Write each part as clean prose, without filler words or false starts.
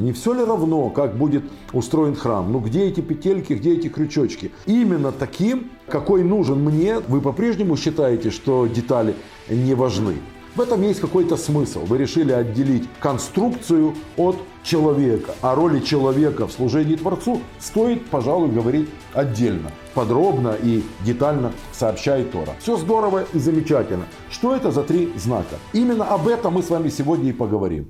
Не все ли равно, как будет устроен храм? Ну где эти петельки, где эти крючочки? Именно таким, какой нужен мне, вы по-прежнему считаете, что детали не важны? В этом есть какой-то смысл. Вы решили отделить конструкцию от человека. О роли человека в служении Творцу стоит, пожалуй, говорить отдельно. Подробно и детально сообщает Тора. Все здорово и замечательно. Что это за 3 знака? Именно об этом мы с вами сегодня и поговорим.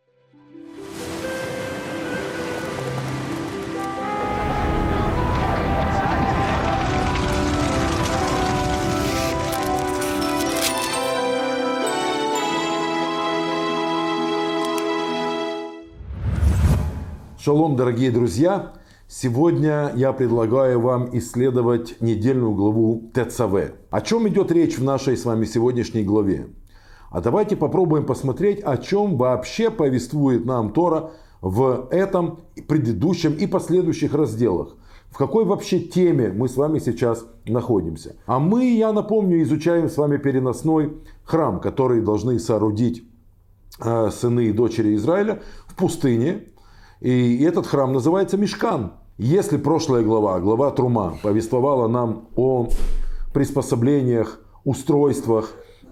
Шалом, дорогие друзья! Сегодня я предлагаю вам исследовать недельную главу ТЦВ. О чем идет речь в нашей с вами сегодняшней главе? А давайте попробуем посмотреть, о чем вообще повествует нам Тора в этом, предыдущем и последующих разделах. В какой вообще теме мы с вами сейчас находимся. А мы, я напомню, изучаем с вами переносной храм, который должны соорудить сыны и дочери Израиля в пустыне. И этот храм называется Мишкан. Если прошлая глава, глава Трума, повествовала нам о приспособлениях, устройствах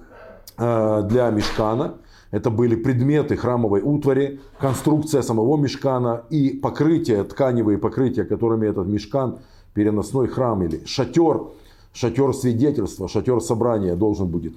для Мишкана, это были предметы храмовой утвари, конструкция самого Мишкана и покрытия, тканевые покрытия, которыми этот Мишкан, переносной храм или шатер свидетельства, шатер собрания должен будет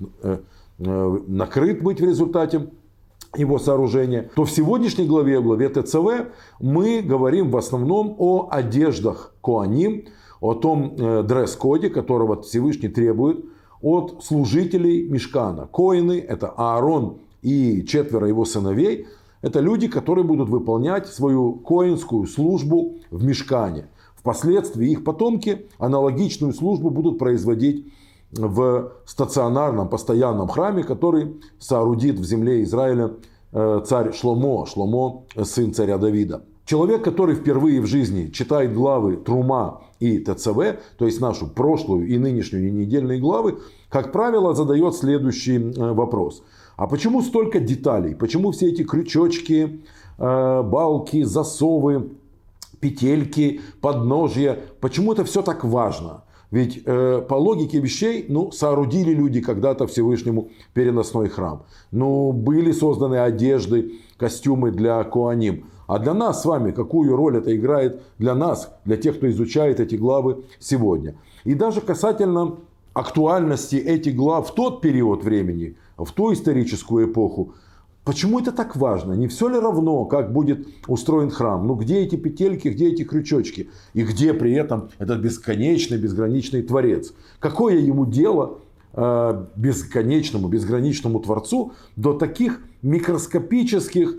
накрыт быть в результате его сооружения, то в сегодняшней главе, в главе ТЦВ, мы говорим в основном о одеждах коаним, о том дресс-коде, которого Всевышний требует от служителей Мишкана. Коины – это Аарон и 4 его сыновей. Это люди, которые будут выполнять свою коинскую службу в Мишкане. Впоследствии их потомки аналогичную службу будут производить в стационарном, постоянном храме, который соорудит в земле Израиля царь Шломо, сын царя Давида. Человек, который впервые в жизни читает главы Трума и ТЦВ, то есть нашу прошлую и нынешнюю и недельные главы, как правило, задает следующий вопрос. А почему столько деталей? Почему все эти крючочки, балки, засовы, петельки, подножья? Почему это все так важно? Ведь по логике вещей, соорудили люди когда-то Всевышнему переносной храм. Были созданы одежды, костюмы для коаним. А для нас с вами, какую роль это играет для нас, для тех, кто изучает эти главы сегодня? И даже касательно актуальности этих глав в тот период времени, в ту историческую эпоху, почему это так важно? Не все ли равно, как будет устроен храм? Где эти петельки, где эти крючочки? И где при этом этот бесконечный, безграничный Творец? Какое ему дело бесконечному, безграничному Творцу до таких микроскопических,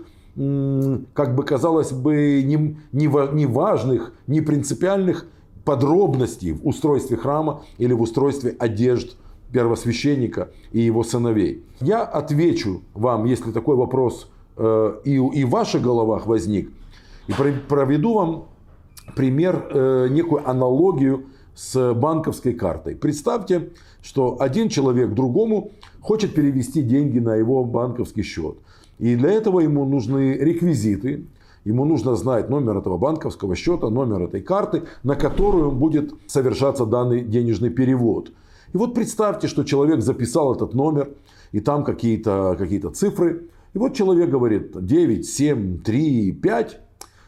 как бы казалось бы, неважных, не принципиальных подробностей в устройстве храма или в устройстве одежд первосвященника и его сыновей? Я отвечу вам, если такой вопрос и в ваших головах возник, и проведу вам пример, некую аналогию с банковской картой. Представьте, что один человек другому хочет перевести деньги на его банковский счет. И для этого ему нужны реквизиты. Ему нужно знать номер этого банковского счета, номер этой карты, на которую будет совершаться данный денежный перевод. И вот представьте, что человек записал этот номер, и там какие-то цифры. И вот человек говорит 9, 7, 3, 5.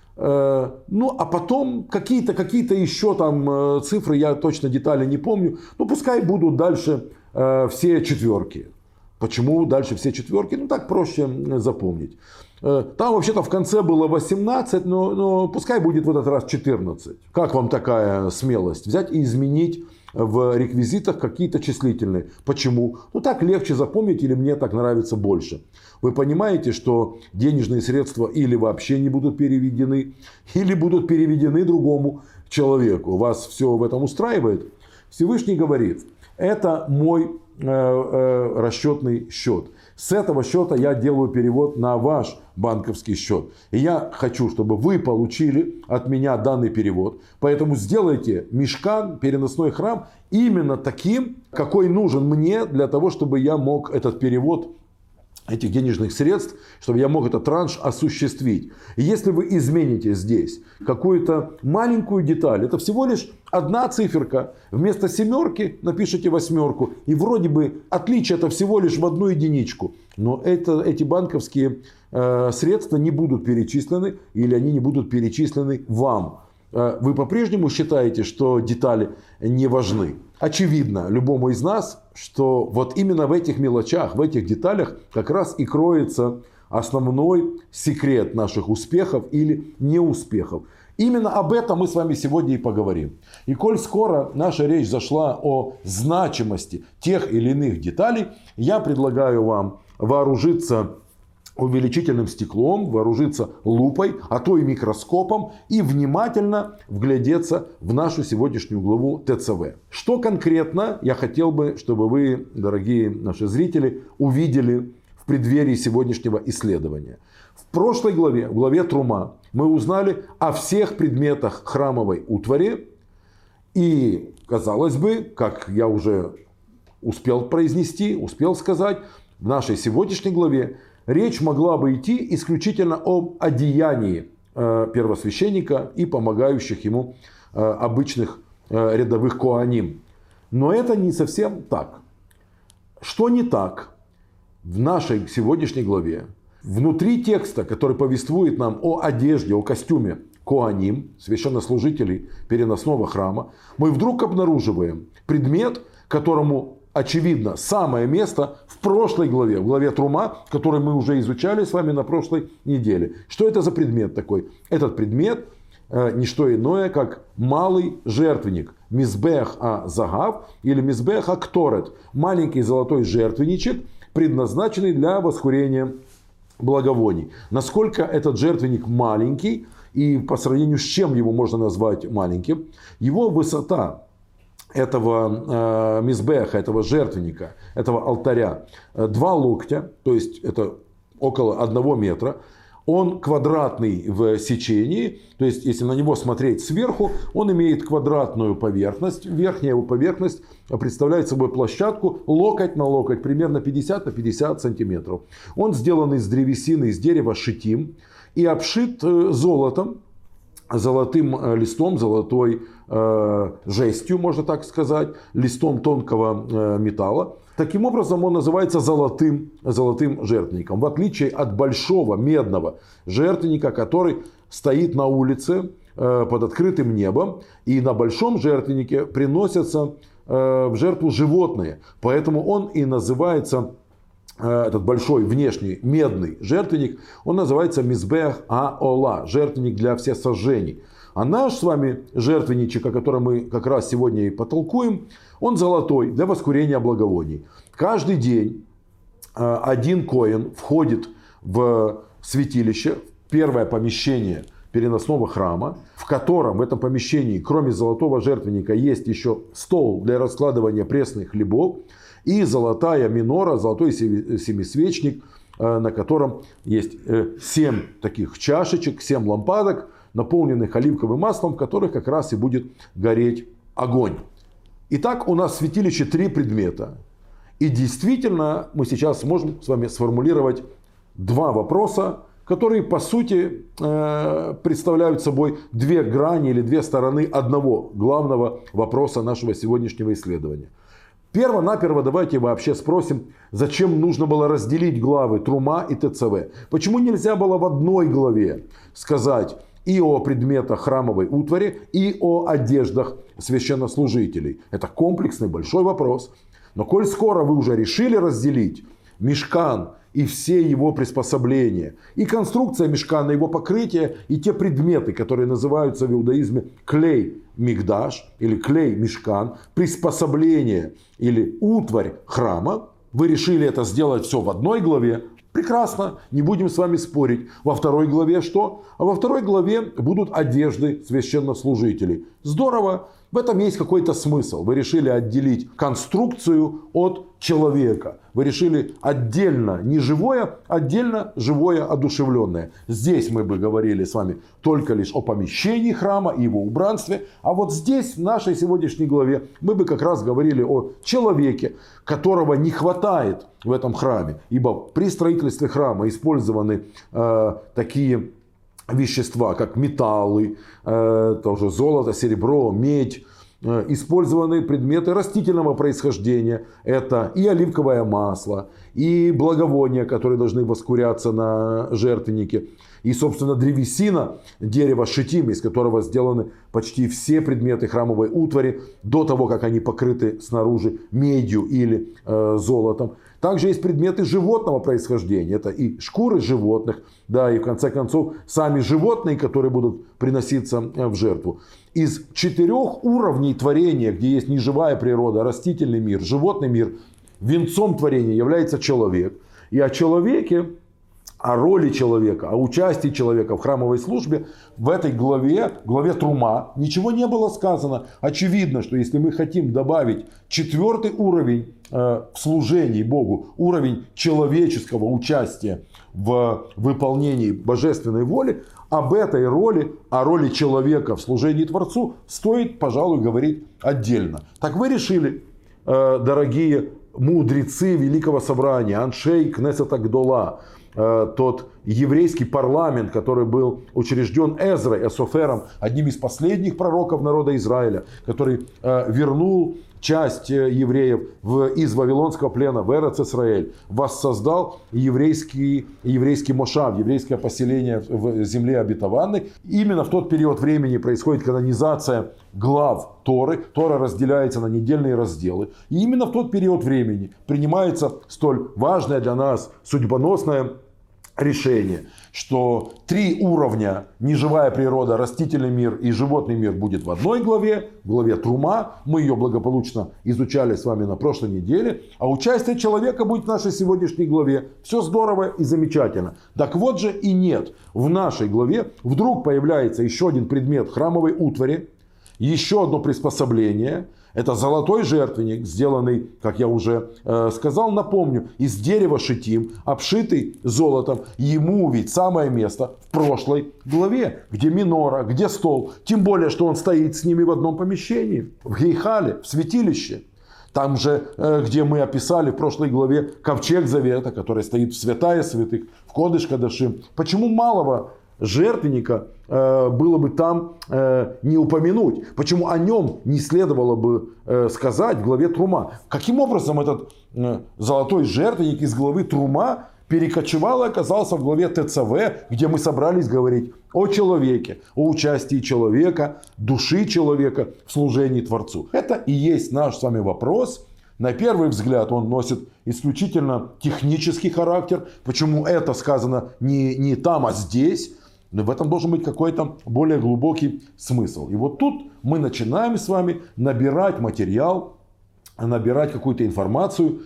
А потом какие-то еще там цифры, я точно детали не помню. Пускай будут дальше все четверки. Почему дальше все четверки? Так проще запомнить. Там вообще-то в конце было 18, но пускай будет в этот раз 14. Как вам такая смелость? Взять и изменить в реквизитах какие-то числительные. Почему? Так легче запомнить или мне так нравится больше. Вы понимаете, что денежные средства или вообще не будут переведены, или будут переведены другому человеку. Вас все в этом устраивает? Всевышний говорит, это мой расчетный счет. С этого счета я делаю перевод на ваш банковский счет. И я хочу, чтобы вы получили от меня данный перевод. Поэтому сделайте Мишкан, переносной храм, именно таким, какой нужен мне для того, чтобы я мог этот перевод этих денежных средств, чтобы я мог этот транш осуществить. И если вы измените здесь какую-то маленькую деталь, это всего лишь одна циферка, вместо семерки напишите восьмерку, и вроде бы отличие это всего лишь в одну единичку, но эти банковские средства не будут перечислены или они не будут перечислены вам. Вы по-прежнему считаете, что детали не важны? Очевидно любому из нас, что вот именно в этих мелочах, в этих деталях как раз и кроется основной секрет наших успехов или неуспехов. Именно об этом мы с вами сегодня и поговорим. И коль скоро наша речь зашла о значимости тех или иных деталей, я предлагаю вам вооружиться увеличительным стеклом, вооружиться лупой, а то и микроскопом и внимательно вглядеться в нашу сегодняшнюю главу ТЦВ. Что конкретно я хотел бы, чтобы вы, дорогие наши зрители, увидели в преддверии сегодняшнего исследования. В прошлой главе, в главе Трума, мы узнали о всех предметах храмовой утвари. И, казалось бы, как я уже успел произнести, успел сказать, в нашей сегодняшней главе речь могла бы идти исключительно об одеянии первосвященника и помогающих ему обычных рядовых коаним. Но это не совсем так. Что не так в нашей сегодняшней главе? Внутри текста, который повествует нам о одежде, о костюме коаним, священнослужителей переносного храма, мы вдруг обнаруживаем предмет, которому очевидно, самое место в прошлой главе, в главе Трума, которую мы уже изучали с вами на прошлой неделе. Что это за предмет такой? Этот предмет не что иное, как малый жертвенник. Мизбех а-загав или мизбех а-кторет. Маленький золотой жертвенничек, предназначенный для воскурения благовоний. Насколько этот жертвенник маленький и по сравнению с чем его можно назвать маленьким? Его высота этого мизбеха, этого жертвенника, этого алтаря 2 локтя, то есть это около 1 метра. Он квадратный в сечении, то есть если на него смотреть сверху, он имеет квадратную поверхность. Верхняя его поверхность представляет собой площадку локоть на локоть, примерно 50 на 50 сантиметров. Он сделан из древесины, из дерева шитим и обшит золотом, золотым листом, золотой жестью, можно так сказать, листом тонкого металла. Таким образом, он называется золотым жертвенником. В отличие от большого медного жертвенника, который стоит на улице под открытым небом. И на большом жертвеннике приносятся в жертву животные. Поэтому он и называется, этот большой внешний медный жертвенник, он называется мизбех а-ола, жертвенник для всесожжений. А наш с вами жертвенничек, о котором мы как раз сегодня и потолкуем, он золотой для воскурения благовоний. Каждый день один коэн входит в святилище, в первое помещение переносного храма, в котором в этом помещении, кроме золотого жертвенника, есть еще стол для раскладывания пресных хлебов и золотая минора, золотой семисвечник, на котором есть 7 таких чашечек, 7 лампадок, наполненных оливковым маслом, в которых как раз и будет гореть огонь. Итак, у нас в святилище 3 предмета. И действительно, мы сейчас сможем с вами сформулировать 2 вопроса, которые по сути представляют собой 2 грани или 2 стороны одного главного вопроса нашего сегодняшнего исследования. Перво-наперво давайте вообще спросим, зачем нужно было разделить главы Трума и ТЦВ. Почему нельзя было в одной главе сказать и о предметах храмовой утвари, и о одеждах священнослужителей? Это комплексный большой вопрос. Но коль скоро вы уже решили разделить мишкан и все его приспособления, и конструкция мишкана, его покрытие, и те предметы, которые называются в иудаизме клей мигдаш или клей мишкан, приспособление или утварь храма, вы решили это сделать все в одной главе. Прекрасно, не будем с вами спорить. Во второй главе что? А во второй главе будут одежды священнослужителей. Здорово, в этом есть какой-то смысл. Вы решили отделить конструкцию от человека. Вы решили отдельно не живое, отдельно живое одушевленное. Здесь мы бы говорили с вами только лишь о помещении храма и его убранстве. А вот здесь, в нашей сегодняшней главе, мы бы как раз говорили о человеке, которого не хватает в этом храме. Ибо при строительстве храма использованы такие вещества, как металлы, тоже золото, серебро, медь. Использованы предметы растительного происхождения. Это и оливковое масло, и благовония, которые должны воскуряться на жертвеннике. И, собственно, древесина, дерево шитим, из которого сделаны почти все предметы храмовой утвари, до того, как они покрыты снаружи медью или золотом. Также есть предметы животного происхождения. Это и шкуры животных, да, и в конце концов сами животные, которые будут приноситься в жертву. Из 4 уровней творения, где есть неживая природа, растительный мир, животный мир, венцом творения является человек. И о человеке, о роли человека, о участии человека в храмовой службе в этой главе Трума, ничего не было сказано. Очевидно, что если мы хотим добавить 4 уровень в служении Богу, уровень человеческого участия в выполнении божественной воли, об этой роли, о роли человека в служении Творцу стоит, пожалуй, говорить отдельно. Так вы решили, дорогие мудрецы Великого Собрания, Аншей Кнесет Агдола, тот еврейский парламент, который был учрежден Эзрой, Эсофером, одним из последних пророков народа Израиля, который вернул часть евреев из Вавилонского плена в Эрец Исраэль, воссоздал еврейский мошав, еврейское поселение в земле обетованной. Именно в тот период времени происходит канонизация глав Торы. Тора разделяется на недельные разделы. И именно в тот период времени принимается столь важное для нас судьбоносное решение, что 3 уровня: неживая природа, растительный мир и животный мир будет в одной главе, в главе Трума. Мы ее благополучно изучали с вами на прошлой неделе. А участие человека будет в нашей сегодняшней главе. Все здорово и замечательно. Так вот же и нет. В нашей главе вдруг появляется еще один предмет храмовой утвари, еще одно приспособление. Это золотой жертвенник, сделанный, как я уже сказал, напомню, из дерева шитим, обшитый золотом. Ему ведь самое место в прошлой главе, где минора, где стол. Тем более, что он стоит с ними в одном помещении, в Гейхале, в святилище. Там же, где мы описали в прошлой главе ковчег завета, который стоит в святая святых, в Кодеш Кодашим. Почему малого жертвенника было бы там не упомянуть? Почему о нем не следовало бы сказать в главе Трума? Каким образом этот золотой жертвенник из главы Трума перекочевал и оказался в главе ТЦВ, где мы собрались говорить о человеке, о участии человека, души человека в служении Творцу? Это и есть наш с вами вопрос. На первый взгляд он носит исключительно технический характер. Почему это сказано не там, а здесь? Но в этом должен быть какой-то более глубокий смысл. И вот тут мы начинаем с вами набирать материал, набирать какую-то информацию.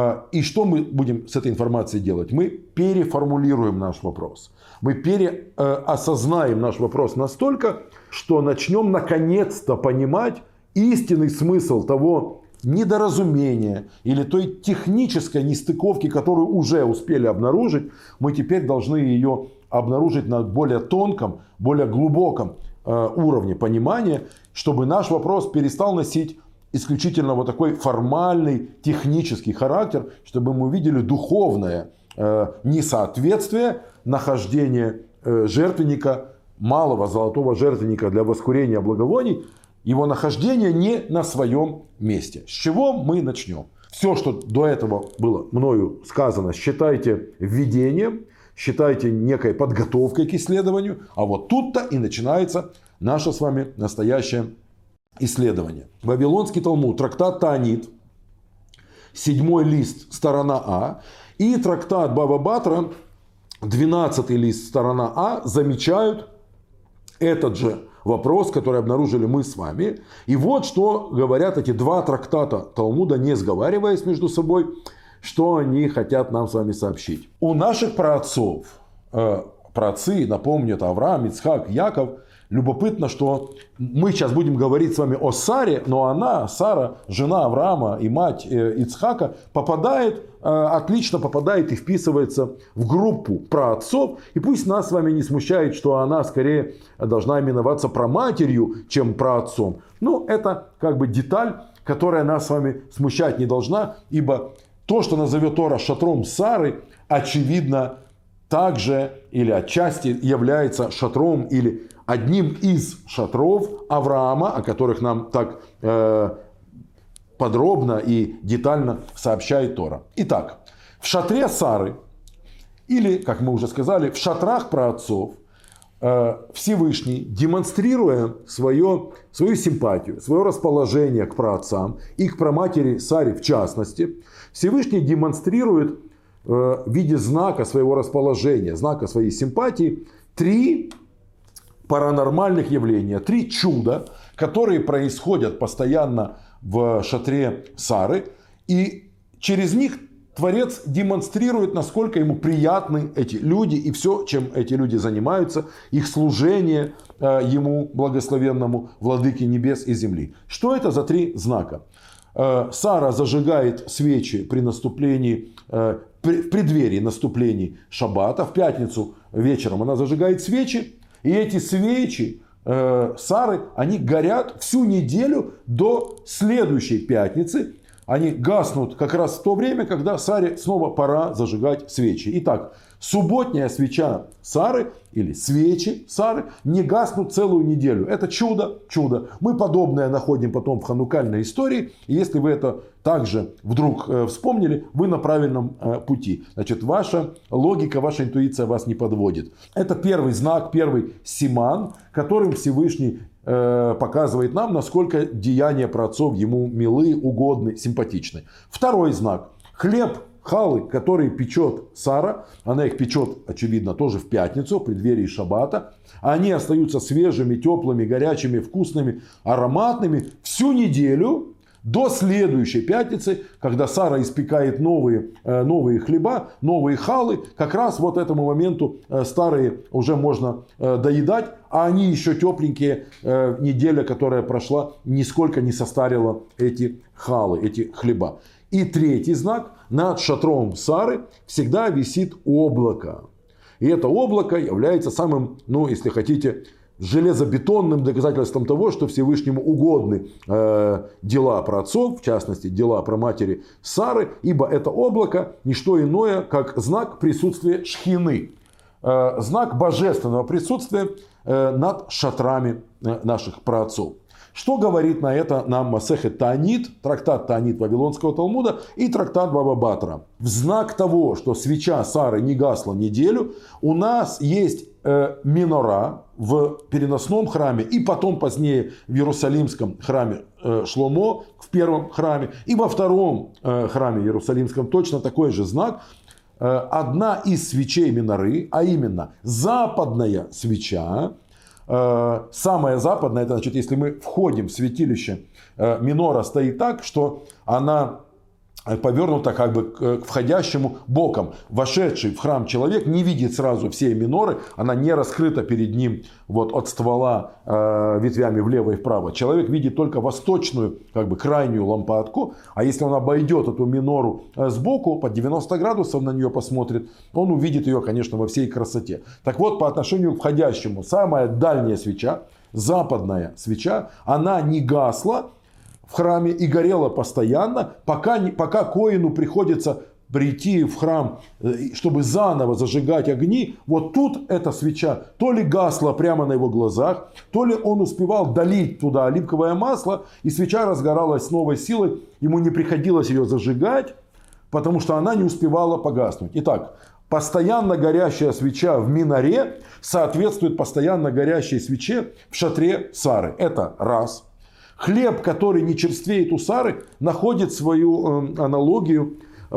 И что мы будем с этой информацией делать? Мы переформулируем наш вопрос. Мы переосознаем наш вопрос настолько, что начнем наконец-то понимать истинный смысл того недоразумения или той технической нестыковки, которую уже успели обнаружить. Мы теперь должны ее обнаружить на более тонком, более глубоком уровне понимания, чтобы наш вопрос перестал носить исключительно вот такой формальный, технический характер, чтобы мы увидели духовное несоответствие нахождения жертвенника, малого золотого жертвенника для воскурения благовоний, его нахождение не на своем месте. С чего мы начнем? Все, что до этого было мною сказано, считайте введением, считайте некой подготовкой к исследованию. А вот тут-то и начинается наше с вами настоящее исследование. Вавилонский Талмуд, трактат Таанит, 7 лист, сторона А, и трактат Бава Батра, 12 лист, сторона А, замечают этот же вопрос, который обнаружили мы с вами. И вот что говорят эти 2 трактата Талмуда, не сговариваясь между собой, что они хотят нам с вами сообщить. У наших праотцов праотцы, напомню, это Авраам, Ицхак, Яков. Любопытно, что мы сейчас будем говорить с вами о Саре, но она, Сара, жена Авраама и мать Ицхака, отлично попадает и вписывается в группу праотцов. И пусть нас с вами не смущает, что она скорее должна именоваться праматерью, чем праотцом. Но это как бы деталь, которая нас с вами смущать не должна, ибо то, что назовет Тора шатром Сары, очевидно, также или отчасти является шатром или одним из шатров Авраама, о которых нам так подробно и детально сообщает Тора. Итак, в шатре Сары, или, как мы уже сказали, в шатрах праотцов, Всевышний, демонстрируя свою симпатию, свое расположение к праотцам и к праматери Саре в частности, Всевышний демонстрирует в виде знака своего расположения, знака своей симпатии 3 паранормальных явления, 3 чуда, которые происходят постоянно в шатре Сары. И через них Творец демонстрирует, насколько ему приятны эти люди и все, чем эти люди занимаются, их служение ему, благословенному Владыке небес и земли. Что это за 3 знака? Сара зажигает свечи при наступлении, в преддверии наступления шаббата. В пятницу вечером она зажигает свечи. И эти свечи Сары, они горят всю неделю до следующей пятницы. Они гаснут как раз в то время, когда Саре снова пора зажигать свечи. Итак, субботняя свеча Сары или свечи Сары не гаснут целую неделю. Это чудо, чудо. Мы подобное находим потом в ханукальной истории. И если вы это также вдруг вспомнили, вы на правильном пути. Значит, ваша логика, ваша интуиция вас не подводит. Это первый знак, первый симан, которым Всевышний показывает нам, насколько деяния праотцов ему милы, угодны, симпатичны. Второй знак. Хлеб, халы, которые печет Сара, она их печет, очевидно, тоже в пятницу, в преддверии шаббата. Они остаются свежими, теплыми, горячими, вкусными, ароматными всю неделю до следующей пятницы, когда Сара испекает новые хлеба, новые халы. Как раз вот этому моменту старые уже можно доедать, а они еще тепленькие. Неделя, которая прошла, нисколько не состарила эти халы, эти хлеба. И третий знак. Над шатром Сары всегда висит облако. И это облако является самым, если хотите, железобетонным доказательством того, что Всевышнему угодны дела праотцов, в частности, дела праматери Сары, ибо это облако не что иное, как знак присутствия шхины, знак божественного присутствия над шатрами наших праотцов. Что говорит на это нам Масехет Таанит, трактат Таанит Вавилонского Талмуда и трактат Баба Батра. В знак того, что свеча Сары не гасла неделю, у нас есть минора в переносном храме и потом позднее в Иерусалимском храме Шломо, в первом храме, и во втором храме Иерусалимском точно такой же знак. Одна из свечей миноры, а именно западная свеча, самая западная, это значит, если мы входим в святилище, минора стоит так, что она повернута как бы к входящему боком. Вошедший в храм человек не видит сразу всей миноры, она не раскрыта перед ним вот от ствола ветвями влево и вправо. Человек видит только восточную, как бы крайнюю лампадку, а если он обойдет эту минору сбоку, под 90 градусов на нее посмотрит, он увидит ее, конечно, во всей красоте. Так вот, по отношению к входящему, самая дальняя свеча, западная свеча, она не гасла в храме и горела постоянно, пока коину приходится прийти в храм, чтобы заново зажигать огни. Вот тут эта свеча то ли гасла прямо на его глазах, то ли он успевал долить туда оливковое масло, и свеча разгоралась с новой силой. Ему не приходилось ее зажигать, потому что она не успевала погаснуть. Итак, постоянно горящая свеча в миноре соответствует постоянно горящей свече в шатре Сары. Это раз. Хлеб, который не черствеет у Сары, находит свою аналогию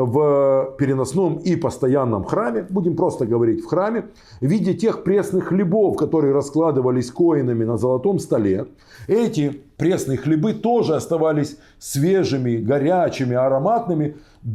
в переносном и постоянном храме, будем просто говорить в храме, в виде тех пресных хлебов, которые раскладывались коинами на золотом столе. Эти пресные хлебы тоже оставались свежими, горячими, ароматными до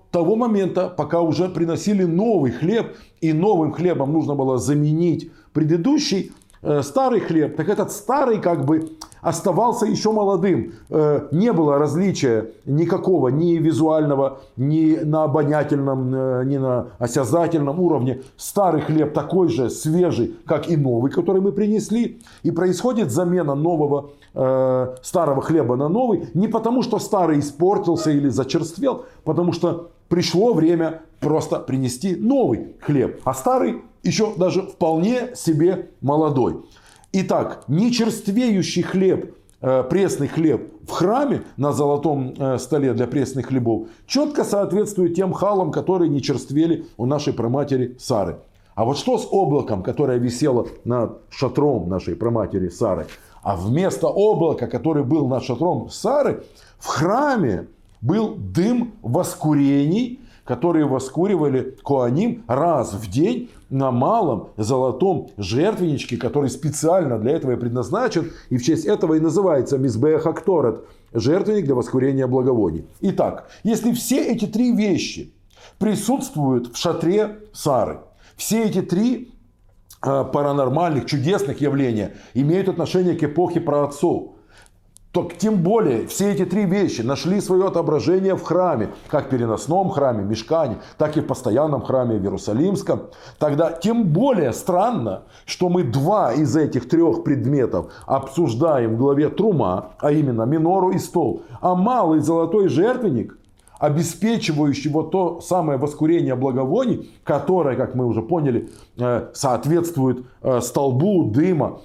того момента, пока уже приносили новый хлеб, и новым хлебом нужно было заменить предыдущий, старый хлеб, так этот старый как бы оставался еще молодым. Не было различия никакого ни визуального, ни на обонятельном, ни на осязательном уровне. Старый хлеб такой же свежий, как и новый, который мы принесли. И происходит замена нового старого хлеба на новый. Не потому, что старый испортился или зачерствел, потому что пришло время просто принести новый хлеб. А старый еще даже вполне себе молодой. Итак, нечерствеющий хлеб, пресный хлеб в храме на золотом столе для пресных хлебов четко соответствует тем халам, которые не черствели у нашей праматери Сары. А вот что с облаком, которое висело над шатром нашей праматери Сары? А вместо облака, который был над шатром Сары, в храме был дым воскурений, которые воскуривали коаним раз в день на малом золотом жертвенничке, который специально для этого и предназначен. И в честь этого и называется Мизбеах Акторет, жертвенник для воскурения благовоний. Итак, если все эти три вещи присутствуют в шатре Сары, все эти три паранормальных, чудесных явления имеют отношение к эпохе праотцов, то тем более все эти три вещи нашли свое отображение в храме, как в переносном храме, Мишкане, так и в постоянном храме в Иерусалимском. Тогда тем более странно, что мы два из этих трех предметов обсуждаем в главе Трума, а именно минору и стол, а малый золотой жертвенник, обеспечивающий вот то самое воскурение благовоний, которое, как мы уже поняли, соответствует столбу дыма,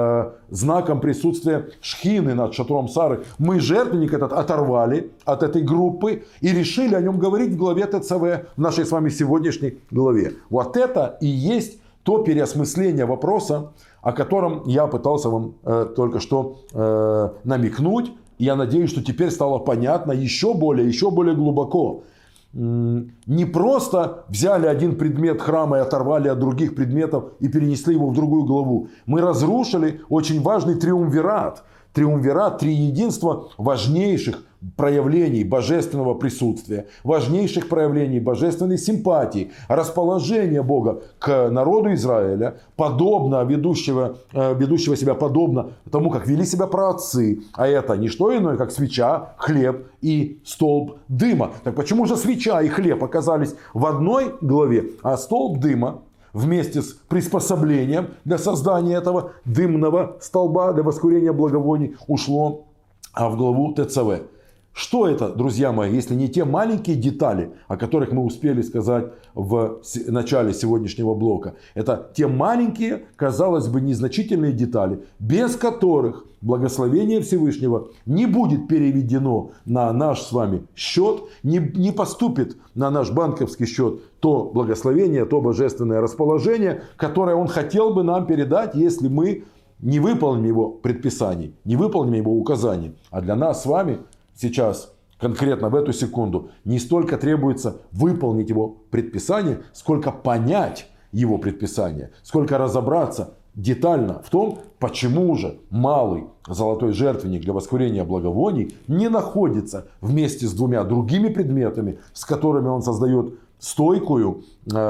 знаком присутствия шхины над шатром Сары. Мы жертвенник этот оторвали от этой группы и решили о нем говорить в главе ТЦВ, в нашей с вами сегодняшней главе. Вот это и есть то переосмысление вопроса, о котором я пытался вам только что намекнуть. Я надеюсь, что теперь стало понятно еще более глубоко. Не просто взяли один предмет храма и оторвали от других предметов и перенесли его в другую главу. Мы разрушили очень важный триумвират. Триумвират, триединство важнейших проявлений божественного присутствия, важнейших проявлений божественной симпатии, расположения Бога к народу Израиля, подобно ведущего себя подобно тому, как вели себя праотцы. А это не что иное, как свеча, хлеб и столб дыма. Так почему же свеча и хлеб оказались в одной главе, а столб дыма вместе с приспособлением для создания этого дымного столба для воскурения благовоний ушло в главу ТЦВ? Что это, друзья мои, если не те маленькие детали, о которых мы успели сказать в начале сегодняшнего блока? Это те маленькие, казалось бы, незначительные детали, без которых благословение Всевышнего не будет переведено на наш с вами счет, не поступит на наш банковский счет то благословение, то божественное расположение, которое Он хотел бы нам передать, если мы не выполним Его предписаний, не выполним Его указаний. А для нас с вами сейчас, конкретно в эту секунду, не столько требуется выполнить Его предписание, сколько понять Его предписание, сколько разобраться детально в том, почему же малый золотой жертвенник для воскурения благовоний не находится вместе с двумя другими предметами, с которыми он создает стойкую,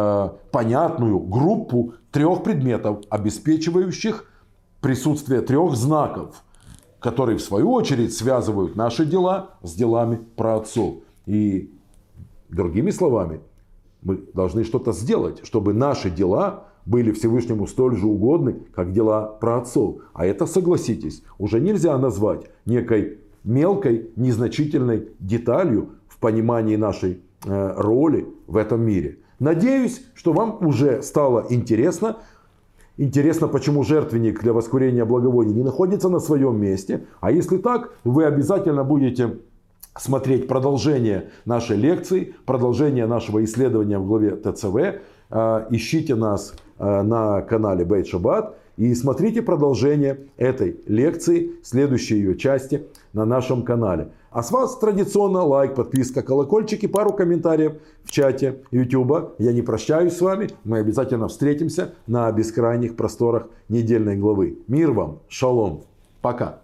понятную группу трех предметов, обеспечивающих присутствие трех знаков, которые в свою очередь связывают наши дела с делами праотцов. И другими словами, мы должны что-то сделать, чтобы наши дела были Всевышнему столь же угодны, как дела праотцов. А это, согласитесь, уже нельзя назвать некой мелкой, незначительной деталью в понимании нашей роли в этом мире. Надеюсь, что вам уже стало интересно. Интересно, почему жертвенник для воскурения благовоний не находится на своем месте. А если так, вы обязательно будете смотреть продолжение нашей лекции, продолжение нашего исследования в главе ТЦВ. Ищите нас на канале Бейт Шаббат и смотрите продолжение этой лекции, следующей ее части на нашем канале. А с вас традиционно лайк, подписка, колокольчик и пару комментариев в чате YouTube. Я не прощаюсь с вами, мы обязательно встретимся на бескрайних просторах недельной главы. Мир вам, шалом, пока.